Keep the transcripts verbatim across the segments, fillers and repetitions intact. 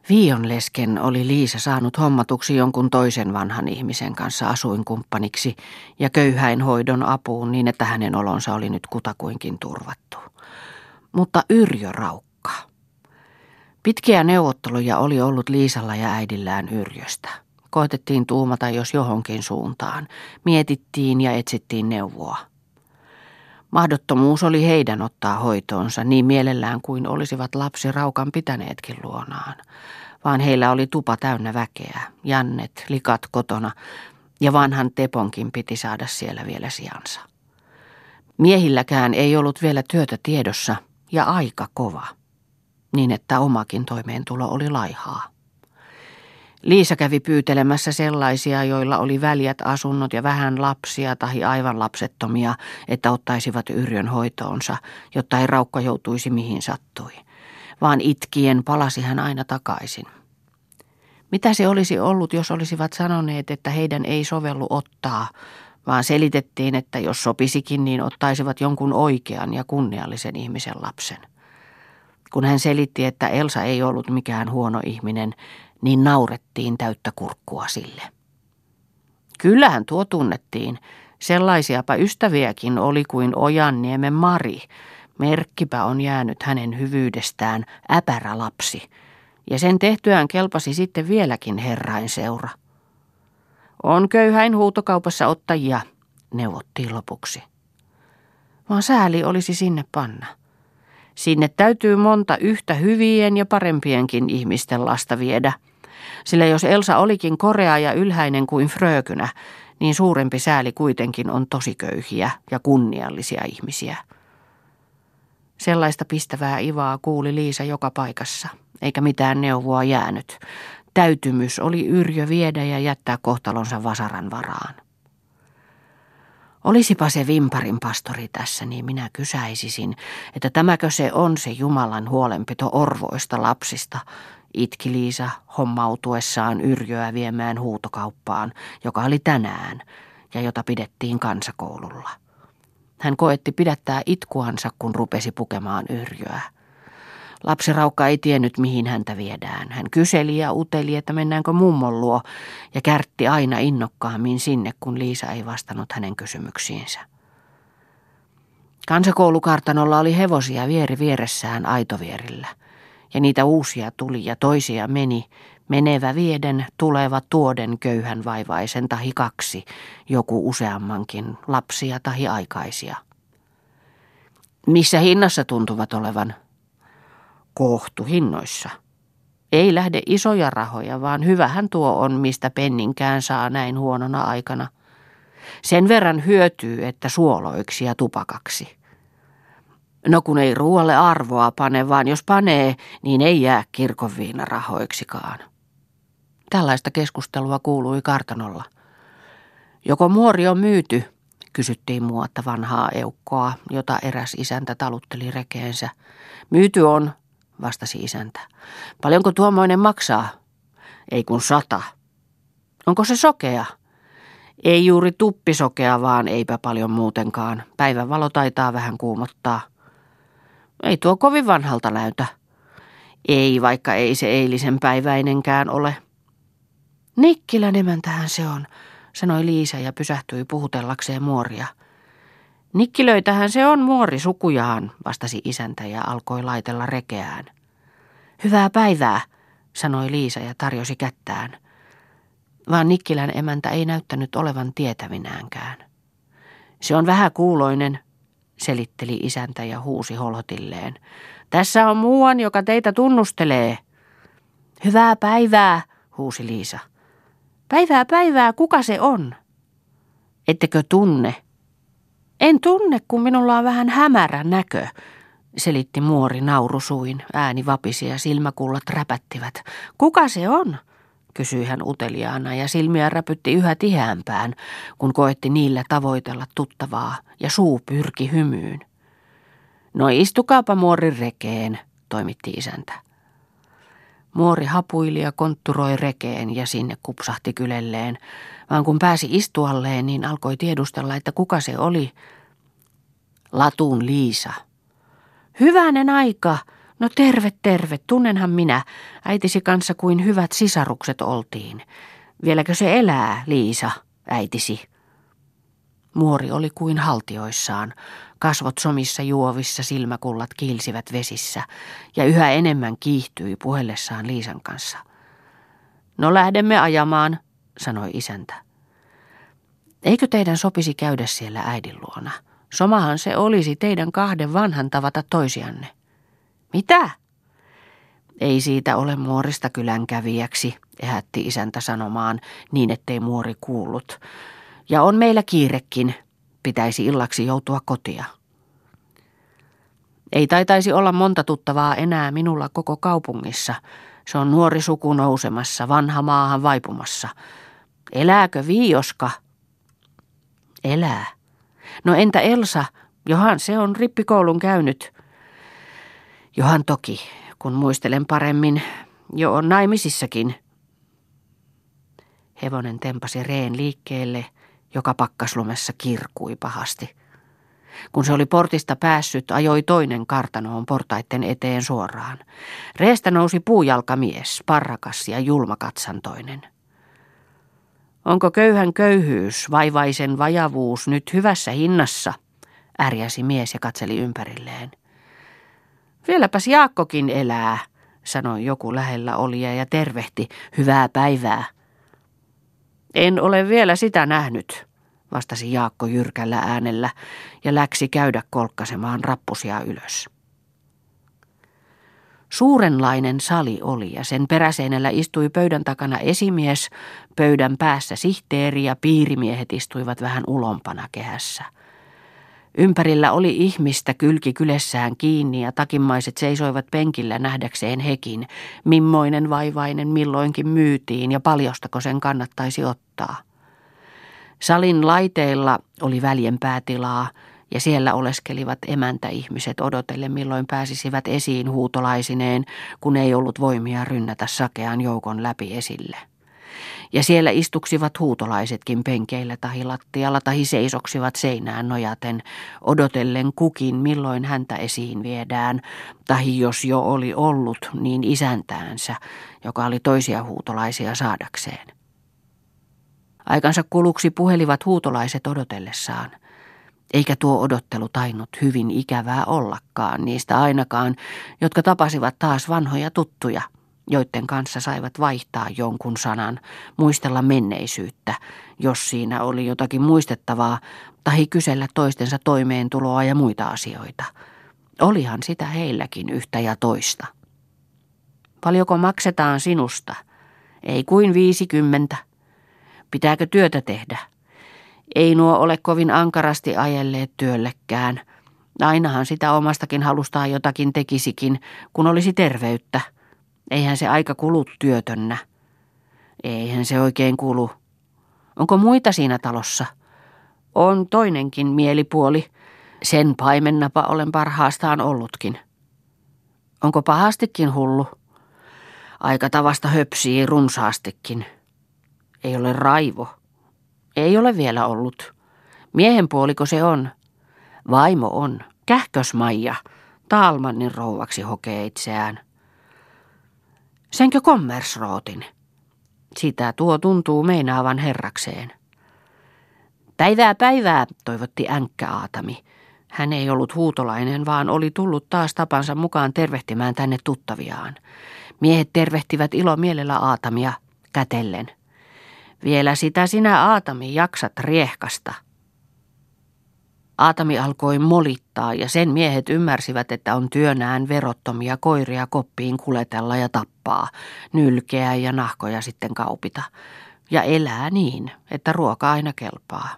Viionlesken oli Liisa saanut hommatuksi jonkun toisen vanhan ihmisen kanssa asuinkumppaniksi ja köyhäinhoidon apuun niin, että hänen olonsa oli nyt kutakuinkin turvattu. Mutta Yrjö raukka. Pitkiä neuvotteluja oli ollut Liisalla ja äidillään Yrjöstä. Koetettiin tuumata jos johonkin suuntaan. Mietittiin ja etsittiin neuvoa. Mahdottomuus oli heidän ottaa hoitoonsa niin mielellään kuin olisivat lapsi Raukan pitäneetkin luonaan, vaan heillä oli tupa täynnä väkeä, Jannet, likat kotona ja vanhan Teponkin piti saada siellä vielä sijansa. Miehilläkään ei ollut vielä työtä tiedossa ja aika kova, niin että omakin toimeentulo oli laihaa. Liisa kävi pyytelemässä sellaisia, joilla oli väljät asunnot ja vähän lapsia tai aivan lapsettomia, että ottaisivat Yrjön hoitoonsa, jotta ei Raukka joutuisi mihin sattui. Vaan itkien palasi hän aina takaisin. Mitä se olisi ollut, jos olisivat sanoneet, että heidän ei sovellu ottaa, vaan selitettiin, että jos sopisikin, niin ottaisivat jonkun oikean ja kunniallisen ihmisen lapsen. Kun hän selitti, että Elsa ei ollut mikään huono ihminen, niin naurettiin täyttä kurkkua sille. Kyllähän tuo tunnettiin. Sellaisiapa ystäviäkin oli kuin Ojanniemen Mari. Merkkipä on jäänyt hänen hyvyydestään äpärä lapsi. Ja sen tehtyään kelpasi sitten vieläkin herrain seura. On köyhäin huutokaupassa ottajia, neuvottiin lopuksi. Vaan sääli olisi sinne panna. Sinne täytyy monta yhtä hyvien ja parempienkin ihmisten lasta viedä, sillä jos Elsa olikin korea ja ylhäinen kuin frökynä, niin suurempi sääli kuitenkin on tosi köyhiä ja kunniallisia ihmisiä. Sellaista pistävää ivaa kuuli Liisa joka paikassa, eikä mitään neuvoa jäänyt. Täytymys oli Yrjö viedä ja jättää kohtalonsa vasaran varaan. Olisipa se Vimparin pastori tässä, niin minä kysäisisin, että tämäkö se on se Jumalan huolenpito orvoista lapsista, itki Liisa hommautuessaan Yrjöä viemään huutokauppaan, joka oli tänään ja jota pidettiin kansakoululla. Hän koetti pidättää itkuansa, kun rupesi pukemaan Yrjöä. Lapsi Raukka ei tiennyt, mihin häntä viedään. Hän kyseli ja uteli, että mennäänkö mummon luo, ja kärtti aina innokkaammin sinne, kun Liisa ei vastannut hänen kysymyksiinsä. Kansakoulukartanolla oli hevosia vieri vieressään aitovierillä, ja niitä uusia tuli ja toisia meni, menevä vieden, tuleva tuoden köyhän vaivaisen tahi kaksi, joku useammankin, lapsia tahi aikaisia. Missä hinnassa tuntuvat olevan? Kohtuhinnoissa. Ei lähde isoja rahoja, vaan hyvähän tuo on, mistä penninkään saa näin huonona aikana. Sen verran hyötyy, että suoloiksi ja tupakaksi. No kun ei ruoalle arvoa pane, vaan jos panee, niin ei jää kirkonviinarahoiksikaan. Tällaista keskustelua kuului kartanolla. Joko muori on myyty, kysyttiin muuta vanhaa eukkoa, jota eräs isäntä talutteli rekeensä. Myyty on, vastasi isäntä. Paljonko tuommoinen maksaa? Ei kun sata. Onko se sokea? Ei juuri tuppisokea, vaan eipä paljon muutenkaan. Päivänvalo taitaa vähän kuumottaa. Ei tuo kovin vanhalta näytä. Ei, vaikka ei se eilisen päiväinenkään ole. Nikkilän emäntähän se on, sanoi Liisa ja pysähtyi puhutellakseen muoria. Nikkilöitähän se on muori sukujaan, vastasi isäntä ja alkoi laitella rekeään. Hyvää päivää, sanoi Liisa ja tarjosi kättään. Vaan Nikkilän emäntä ei näyttänyt olevan tietävinäänkään. Se on vähäkuuloinen, selitteli isäntä ja huusi holhotilleen. Tässä on muuan, joka teitä tunnustelee. Hyvää päivää, huusi Liisa. Päivää päivää, kuka se on? Ettekö tunne? En tunne, kun minulla on vähän hämärä näkö, selitti muori naurusuin. Ääni vapisi ja silmäkullat räpättivät. Kuka se on? Kysyi hän uteliaana ja silmiä räpytti yhä tiheämpään, kun koetti niillä tavoitella tuttavaa ja suu pyrki hymyyn. No istukaapa muorin rekeen, toimitti isäntä. Muori hapuili ja kontturoi rekeen ja sinne kupsahti kylelleen, vaan kun pääsi istualleen, niin alkoi tiedustella, että kuka se oli. Latun Liisa. Hyvänen aika, No terve, terve, tunnenhan minä. Äitisi kanssa kuin hyvät sisarukset oltiin. Vieläkö se elää, Liisa, äitisi? Muori oli kuin haltioissaan. Kasvot somissa juovissa, silmäkullat kiilsivät vesissä ja yhä enemmän kiihtyi puhellessaan Liisan kanssa. No lähdemme ajamaan, sanoi isäntä. Eikö teidän sopisi käydä siellä äidin luona? Somahan se olisi teidän kahden vanhan tavata toisianne. Mitä? Ei siitä ole muorista kylän kävijäksi, ehätti isäntä sanomaan niin, ettei muori kuullut. Ja on meillä kiirekin, pitäisi illaksi joutua kotia. Ei taitaisi olla monta tuttavaa enää minulla koko kaupungissa. Se on nuori suku nousemassa, vanha maahan vaipumassa. Elääkö Viioska? Elää. No entä Elsa? Johan se on rippikoulun käynyt. Johan toki, kun muistelen paremmin, jo on naimisissakin. Hevonen tempasi reen liikkeelle, joka pakkaslumessa kirkui pahasti. Kun se oli portista päässyt, ajoi toinen kartanoon portaitten eteen suoraan. Reestä nousi puujalkamies, parrakas ja julmakatsantoinen. Onko köyhän köyhyys, vaivaisen vajavuus nyt hyvässä hinnassa? Ärjäsi mies ja katseli ympärilleen. Vieläpäs Jaakkokin elää, sanoi joku lähellä olija ja tervehti, hyvää päivää. En ole vielä sitä nähnyt, vastasi Jaakko jyrkällä äänellä ja läksi käydä kolkkasemaan rappusia ylös. Suurenlainen sali oli ja sen peräseinällä istui pöydän takana esimies, pöydän päässä sihteeri ja piirimiehet istuivat vähän ulompana kehässä. Ympärillä oli ihmistä kylki kylessään kiinni ja takimmaiset seisoivat penkillä nähdäkseen hekin, mimmoinen vaivainen milloinkin myytiin ja paljostako sen kannattaisi ottaa. Salin laiteilla oli väljempää tilaa ja siellä oleskelivat emäntäihmiset odotellen milloin pääsisivät esiin huutolaisineen, kun ei ollut voimia rynnätä sakean joukon läpi esille. Ja siellä istuksivat huutolaisetkin penkeillä tahi lattialla tahi seisoksivat seinään nojaten, odotellen kukin milloin häntä esiin viedään, tahi jos jo oli ollut, niin isäntäänsä, joka oli toisia huutolaisia saadakseen. Aikansa kuluksi puhelivat huutolaiset odotellessaan, eikä tuo odottelu tainnut hyvin ikävää ollakaan niistä ainakaan, jotka tapasivat taas vanhoja tuttuja, joiden kanssa saivat vaihtaa jonkun sanan, muistella menneisyyttä, jos siinä oli jotakin muistettavaa, tahi kysellä toistensa toimeentuloa ja muita asioita. Olihan sitä heilläkin yhtä ja toista. Paljonko maksetaan sinusta? Ei kuin viisikymmentä. Pitääkö työtä tehdä? Ei nuo ole kovin ankarasti ajelleet työllekään. Ainahan sitä omastakin halustaan jotakin tekisikin, kun olisi terveyttä. Eihän se aika kulu työtönnä. Eihän se oikein kulu. Onko muita siinä talossa? On toinenkin mielipuoli. Sen paimennapa olen parhaastaan ollutkin. Onko pahastikin hullu? Aika tavasta höpsii runsaastikin. Ei ole Raivo. Ei ole vielä ollut. Miehen puoliko se on? Vaimo on. Kähkös Maija. Taalmannin rouvaksi hokee itseään. Senkö kommersrootin? Sitä tuo tuntuu meinaavan herrakseen. Päivää päivää, toivotti änkkä Aatami. Hän ei ollut huutolainen, vaan oli tullut taas tapansa mukaan tervehtimään tänne tuttaviaan. Miehet tervehtivät ilomielellä Aatamia kätellen. Vielä sitä sinä, Aatami, jaksat riehkasta. Aatami alkoi molittaa ja sen miehet ymmärsivät, että on työnään verottomia koiria koppiin kuletella ja tappaa, nylkeä ja nahkoja sitten kaupita. Ja elää niin, että ruoka aina kelpaa.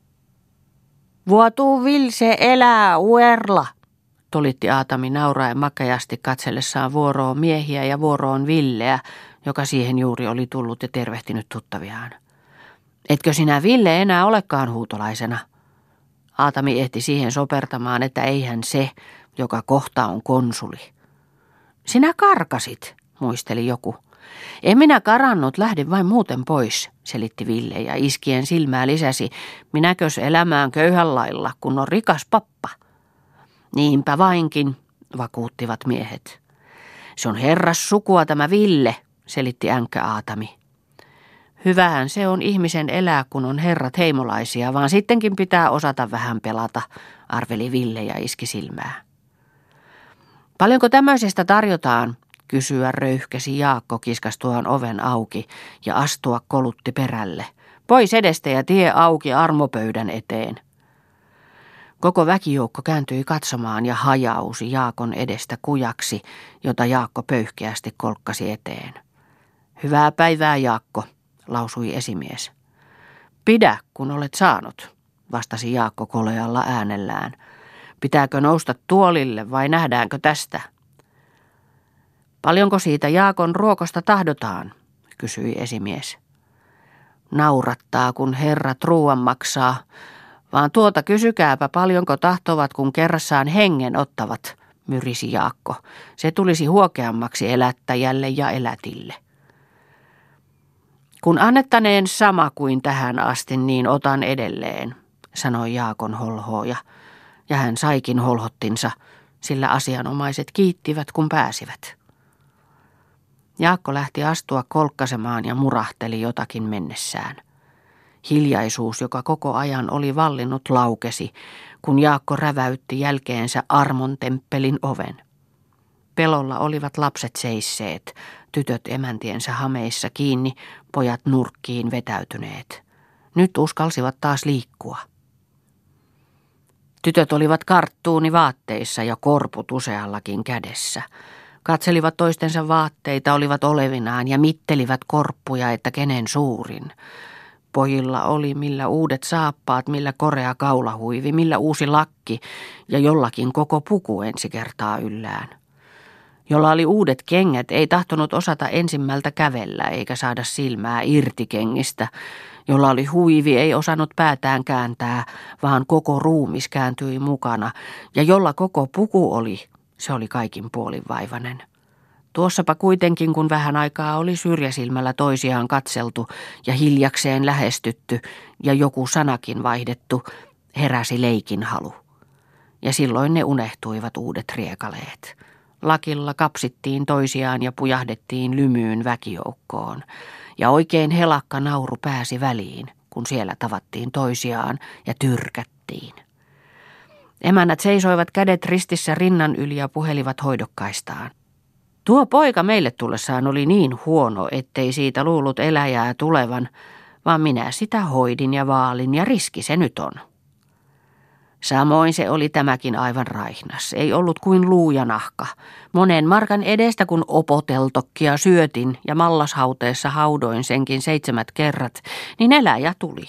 Vuotuu Vilse elää uerla, tolitti Aatami nauraen makeasti katsellessaan vuoroon miehiä ja vuoroon Villeä, joka siihen juuri oli tullut ja tervehtinyt tuttaviaan. Etkö sinä Ville enää olekaan huutolaisena? Aatami ehti siihen sopertamaan, että eihän se, joka kohta on konsuli. Sinä karkasit, muisteli joku. En minä karannut, lähdin vain muuten pois, selitti Ville ja iskien silmää lisäsi. Minäkös elämään köyhän lailla, kun on rikas pappa? Niinpä vainkin, vakuuttivat miehet. Se on herras sukua tämä Ville, selitti änkkä Aatami. Hyvähän se on ihmisen elää, kun on herrat heimolaisia, vaan sittenkin pitää osata vähän pelata, arveli Ville ja iski silmää. Paljonko tämmöisestä tarjotaan, kysyä röyhkäsi Jaakko kiskastuaan oven auki ja astua kolutti perälle. Pois edestä ja tie auki armopöydän eteen. Koko väkijoukko kääntyi katsomaan ja hajausi Jaakon edestä kujaksi, jota Jaakko pöyhkeästi kolkkasi eteen. Hyvää päivää, Jaakko, lausui esimies. Pidä, kun olet saanut, vastasi Jaakko kolealla äänellään. Pitääkö nousta tuolille vai nähdäänkö tästä? Paljonko siitä Jaakon ruokosta tahdotaan, kysyi esimies. Naurattaa, kun herrat ruuan maksaa, vaan tuota kysykääpä paljonko tahtovat, kun kerrassaan hengen ottavat, myrisi Jaakko. Se tulisi huokeammaksi elättäjälle ja elätille. Kun annettaneen sama kuin tähän asti, niin otan edelleen, sanoi Jaakon holhooja, ja hän saikin holhottinsa, sillä asianomaiset kiittivät, kun pääsivät. Jaakko lähti astua kolkkasemaan ja murahteli jotakin mennessään. Hiljaisuus, joka koko ajan oli vallinnut, laukesi, kun Jaakko räväytti jälkeensä Armon temppelin oven. Pelolla olivat lapset seisseet, tytöt emäntiensä hameissa kiinni, pojat nurkkiin vetäytyneet. Nyt uskalsivat taas liikkua. Tytöt olivat karttuuni vaatteissa ja korput useallakin kädessä. Katselivat toistensa vaatteita, olivat olevinaan ja mittelivät korppuja, että kenen suurin. Pojilla oli millä uudet saappaat, millä korea kaulahuivi, millä uusi lakki ja jollakin koko puku ensi kertaa yllään. Jolla oli uudet kengät, ei tahtonut osata ensimmältä kävellä eikä saada silmää irti kengistä. Jolla oli huivi, ei osannut päätään kääntää, vaan koko ruumis kääntyi mukana. Ja jolla koko puku oli, se oli kaikin puolin vaivainen. Tuossapa kuitenkin, kun vähän aikaa oli syrjäsilmällä toisiaan katseltu ja hiljakseen lähestytty ja joku sanakin vaihdettu, heräsi leikin halu. Ja silloin ne unehtuivat uudet riekaleet. Lakilla kapsittiin toisiaan ja pujahdettiin lymyyn väkijoukkoon. Ja oikein helakka nauru pääsi väliin, kun siellä tavattiin toisiaan ja tyrkättiin. Emännät seisoivat kädet ristissä rinnan yli ja puhelivat hoidokkaistaan. Tuo poika meille tullessaan oli niin huono, ettei siitä luullut eläjää tulevan, vaan minä sitä hoidin ja vaalin ja riski se nyt on. Samoin se oli tämäkin aivan raihnas, ei ollut kuin luu ja nahka. Monen markan edestä kun opoteltokkia syötin ja mallashauteessa haudoin senkin seitsemät kerrat, niin eläjä tuli.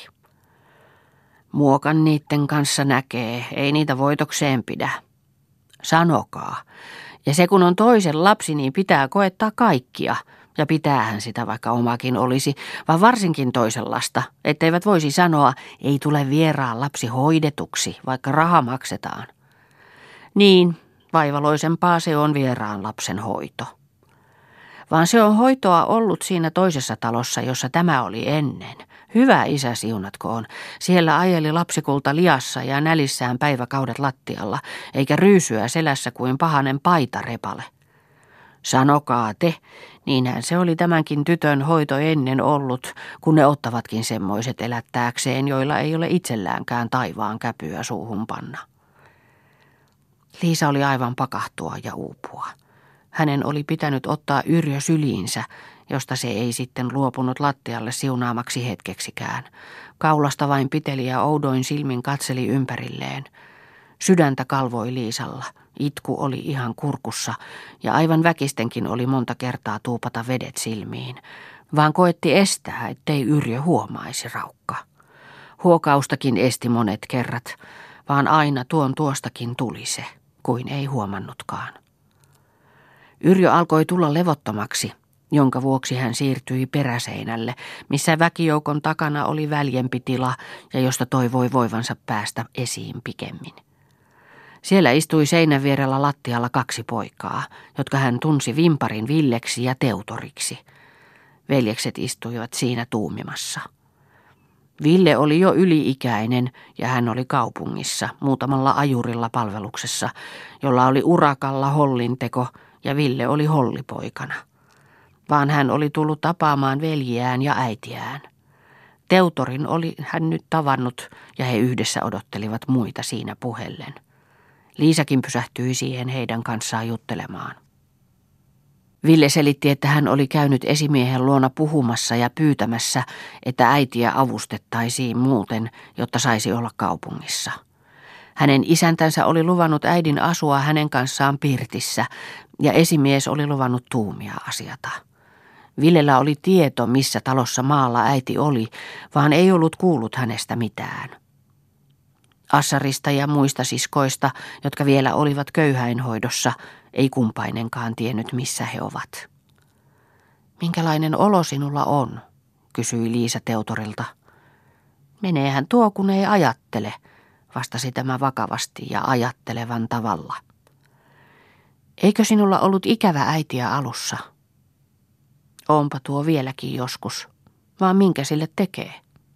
Muokan niitten kanssa näkee, ei niitä voitokseen pidä. Sanokaa. Ja se kun on toisen lapsi, niin pitää koettaa kaikkia. Ja pitäähän sitä, vaikka omakin olisi, vaan varsinkin toisenlasta, etteivät voisi sanoa, ei tule vieraan lapsi hoidetuksi, vaikka raha maksetaan. Niin, vaivaloisempaa se on vieraan lapsen hoito. Vaan se on hoitoa ollut siinä toisessa talossa, jossa tämä oli ennen. Hyvä isä siunatkoon. Siellä ajeli lapsikulta liassa ja nälissään päiväkaudet lattialla, eikä ryysyä selässä kuin pahanen paitarepale. Sanokaa te, niinhän se oli tämänkin tytön hoito ennen ollut, kun ne ottavatkin semmoiset elättääkseen, joilla ei ole itselläänkään taivaan käpyä suuhun panna. Liisa oli aivan pakahtua ja uupua. Hänen oli pitänyt ottaa Yrjö syliinsä, josta se ei sitten luopunut lattialle siunaamaksi hetkeksikään. Kaulasta vain piteli ja oudoin silmin katseli ympärilleen. Sydäntä kalvoi Liisalla. Itku oli ihan kurkussa ja aivan väkistenkin oli monta kertaa tuupata vedet silmiin, vaan koetti estää, ettei Yrjö huomaisi raukka. Huokaustakin esti monet kerrat, vaan aina tuon tuostakin tuli se, kuin ei huomannutkaan. Yrjö alkoi tulla levottomaksi, jonka vuoksi hän siirtyi peräseinälle, missä väkijoukon takana oli väljempi tila ja josta toivoi voivansa päästä esiin pikemmin. Siellä istui seinän vierellä lattialla kaksi poikaa, jotka hän tunsi Vimparin Villeksi ja Teutoriksi. Veljekset istuivat siinä tuumimassa. Ville oli jo yli-ikäinen ja hän oli kaupungissa muutamalla ajurilla palveluksessa, jolla oli urakalla hollinteko ja Ville oli hollipoikana, vaan hän oli tullut tapaamaan veljiään ja äitiään. Teutorin oli hän nyt tavannut ja he yhdessä odottelivat muita siinä puhellen. Liisakin pysähtyi siihen heidän kanssaan juttelemaan. Ville selitti, että hän oli käynyt esimiehen luona puhumassa ja pyytämässä, että äitiä avustettaisiin muuten, jotta saisi olla kaupungissa. Hänen isäntänsä oli luvannut äidin asua hänen kanssaan pirtissä ja esimies oli luvannut tuumia asiata. Villellä oli tieto, missä talossa maalla äiti oli, vaan ei ollut kuullut hänestä mitään. Assarista ja muista siskoista, jotka vielä olivat köyhäinhoidossa, ei kumpainenkaan tiennyt, missä he ovat. Minkälainen olo sinulla on, kysyi Liisa Teutorilta. Meneehän tuo, kun ei ajattele, vastasi tämä vakavasti ja ajattelevan tavalla. Eikö sinulla ollut ikävä äitiä alussa? Onpa tuo vieläkin joskus, vaan minkä sille tekee?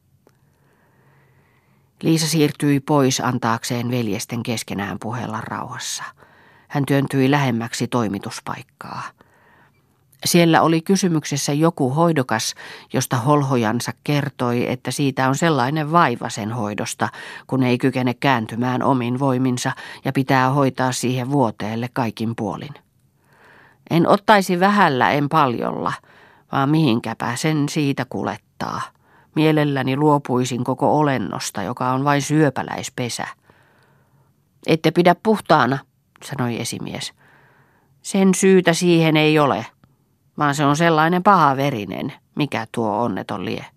Liisa siirtyi pois antaakseen veljesten keskenään puhella rauhassa. Hän työntyi lähemmäksi toimituspaikkaa. Siellä oli kysymyksessä joku hoidokas, josta holhojansa kertoi, että siitä on sellainen vaiva sen hoidosta, kun ei kykene kääntymään omin voiminsa ja pitää hoitaa siihen vuoteelle kaikin puolin. En ottaisi vähällä, en paljolla, vaan mihinkäpä sen siitä kulettaa. Mielelläni luopuisin koko olennosta, joka on vain syöpäläispesä. Ette pidä puhtaana, sanoi esimies. Sen syytä siihen ei ole, vaan se on sellainen pahaverinen, mikä tuo onneton lie.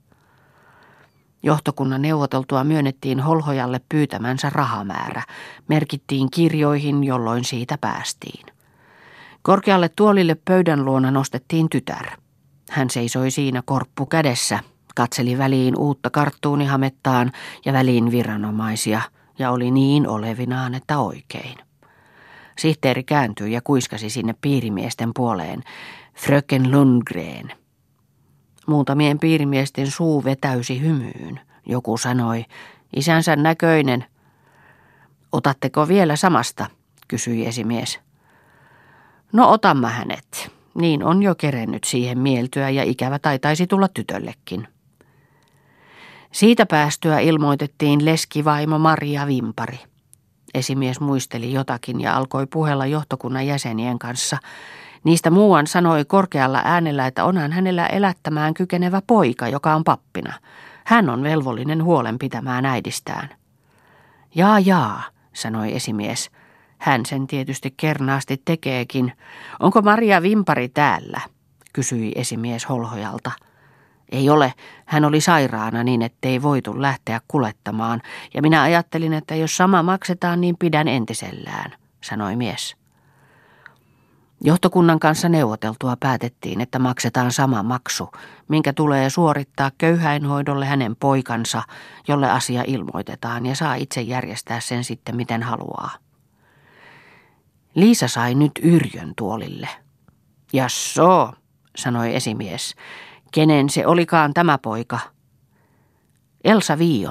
Johtokunnan neuvoteltua myönnettiin holhojalle pyytämänsä rahamäärä, merkittiin kirjoihin, jolloin siitä päästiin. Korkealle tuolille pöydän luona nostettiin tytär. Hän seisoi siinä korppu kädessä, katseli väliin uutta karttuunihamettaan ja väliin viranomaisia, ja oli niin olevinaan, että oikein. Sihteeri kääntyi ja kuiskasi sinne piirimiesten puoleen. Fröken Lundgren. Muutamien piirimiesten suu vetäysi hymyyn. Joku sanoi, isänsä näköinen. Otatteko vielä samasta, kysyi esimies. No otamme hänet. Niin on jo kerennyt siihen mieltyä ja ikävä taitaisi tulla tytöllekin. Siitä päästyä ilmoitettiin leskivaimo Maria Vimpari. Esimies muisteli jotakin ja alkoi puhella johtokunnan jäsenien kanssa. Niistä muuan sanoi korkealla äänellä, että onhan hänellä elättämään kykenevä poika, joka on pappina. Hän on velvollinen huolen pitämään äidistään. Jaa, jaa, sanoi esimies. Hän sen tietysti kernaasti tekeekin. Onko Maria Vimpari täällä? Kysyi esimies holhojalta. Ei ole, hän oli sairaana niin, ettei voitu lähteä kulettamaan, ja minä ajattelin, että jos sama maksetaan, niin pidän entisellään, sanoi mies. Johtokunnan kanssa neuvoteltua päätettiin, että maksetaan sama maksu, minkä tulee suorittaa köyhäinhoidolle hänen poikansa, jolle asia ilmoitetaan ja saa itse järjestää sen sitten miten haluaa. Liisa sai nyt Yrjön tuolille. Jassoo, sanoi esimies. Kenen se olikaan tämä poika? Elsa Viion.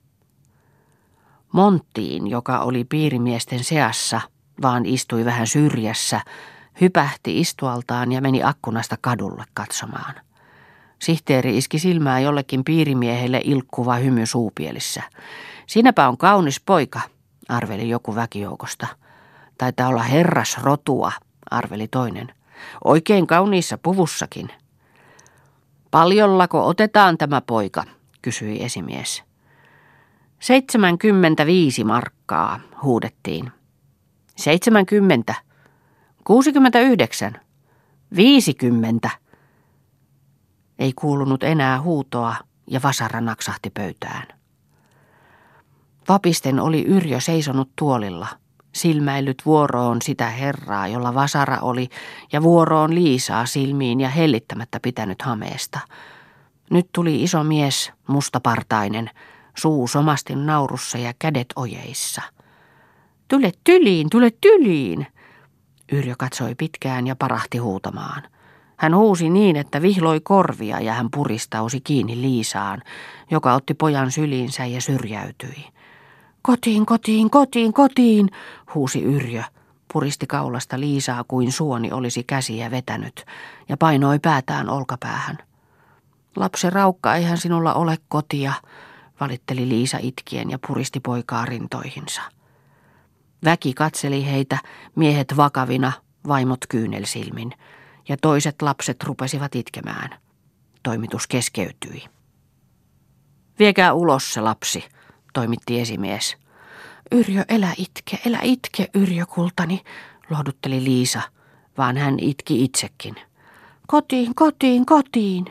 Monttiin, joka oli piirimiesten seassa, vaan istui vähän syrjässä, hypähti istualtaan ja meni akkunasta kadulle katsomaan. Sihteeri iski silmää jollekin piirimiehelle ilkkuva hymy suupielissä. Siinäpä on kaunis poika, arveli joku väkijoukosta. Taitaa olla herrasrotua, arveli toinen. Oikein kauniissa puvussakin. Paljollako otetaan tämä poika, kysyi esimies. Seitsemänkymmentäviisi markkaa, huudettiin. Seitsemänkymmentä. Kuusikymmentäyhdeksän. Viisikymmentä. Ei kuulunut enää huutoa ja vasara naksahti pöytään. Vapisten oli Yrjö seisonut tuolilla, silmäillyt vuoroon sitä herraa, jolla vasara oli, ja vuoroon Liisaa silmiin ja hellittämättä pitänyt hameesta. Nyt tuli iso mies, mustapartainen, suu somasti naurussa ja kädet ojeissa. Tule tyliin, tule tyliin! Yrjö katsoi pitkään ja parahti huutamaan. Hän huusi niin, että vihloi korvia ja hän puristausi kiinni Liisaan, joka otti pojan syliinsä ja syrjäytyi. Kotiin, kotiin, kotiin, kotiin, huusi Yrjö. puristi kaulasta Liisaa kuin suoni olisi käsiä vetänyt ja painoi päätään olkapäähän. Lapsi raukka, eihän sinulla ole kotia, valitteli Liisa itkien ja puristi poikaa rintoihinsa. Väki katseli heitä, miehet vakavina, vaimot kyynelsilmin, ja toiset lapset rupesivat itkemään. Toimitus keskeytyi. Viekää ulos se lapsi, toimitti esimies. Yrjö, elä itke, elä itke, Yrjö kultani, lohdutteli Liisa, vaan hän itki itsekin. Kotiin, kotiin, kotiin.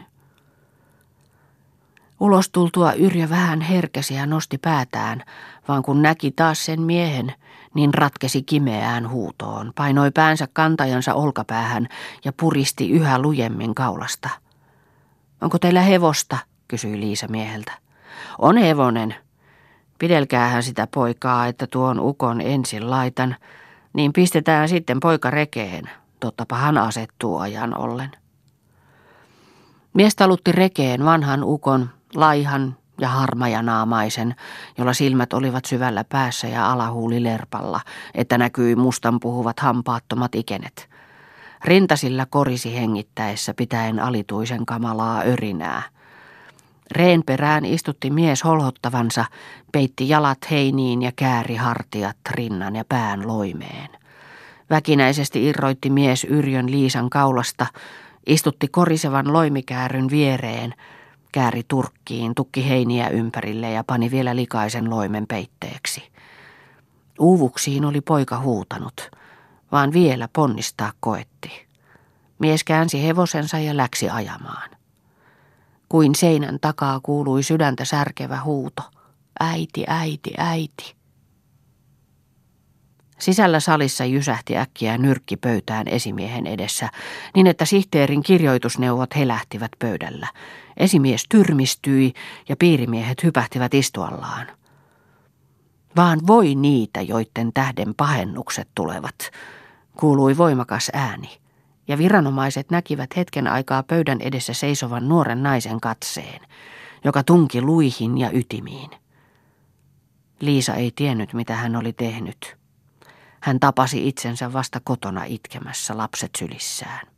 Ulos tultua Yrjö vähän herkäsi ja nosti päätään, vaan kun näki taas sen miehen, niin ratkesi kimeään huutoon, painoi päänsä kantajansa olkapäähän ja puristi yhä lujemmin kaulasta. Onko teillä hevosta, kysyi Liisa mieheltä. On hevonen. Pidelkäähän sitä poikaa, että tuon ukon ensin laitan, niin pistetään sitten poika rekeen. Tottapahan asettuu ajan ollen. Mies talutti rekeen vanhan ukon, laihan ja harmajanaamaisen, jolla silmät olivat syvällä päässä ja alahuuli lerpalla, että näkyi mustan puhuvat hampaattomat ikenet. Rintasilla korisi hengittäessä pitäen alituisen kamalaa örinää. Reen perään istutti mies holhottavansa, peitti jalat heiniin ja kääri hartiat rinnan ja pään loimeen. Väkinäisesti irroitti mies Yrjön Liisan kaulasta, istutti korisevan loimikääryn viereen, kääri turkkiin, tukki heiniä ympärille ja pani vielä likaisen loimen peitteeksi. Uuvuksiin oli poika huutanut, vaan vielä ponnistaa koetti. Mies käänsi hevosensa ja läksi ajamaan. Kuin seinän takaa kuului sydäntä särkevä huuto. Äiti, äiti, äiti. Sisällä salissa jysähti äkkiä nyrkki pöytään esimiehen edessä, niin että sihteerin kirjoitusneuvot helähtivät pöydällä. Esimies tyrmistyi ja piirimiehet hypähtivät istuallaan. Vaan voi niitä, joiden tähden pahennukset tulevat, kuului voimakas ääni, ja viranomaiset näkivät hetken aikaa pöydän edessä seisovan nuoren naisen katseen, joka tunki luihin ja ytimiin. Liisa ei tiennyt, mitä hän oli tehnyt. Hän tapasi itsensä vasta kotona itkemässä lapset sylissään.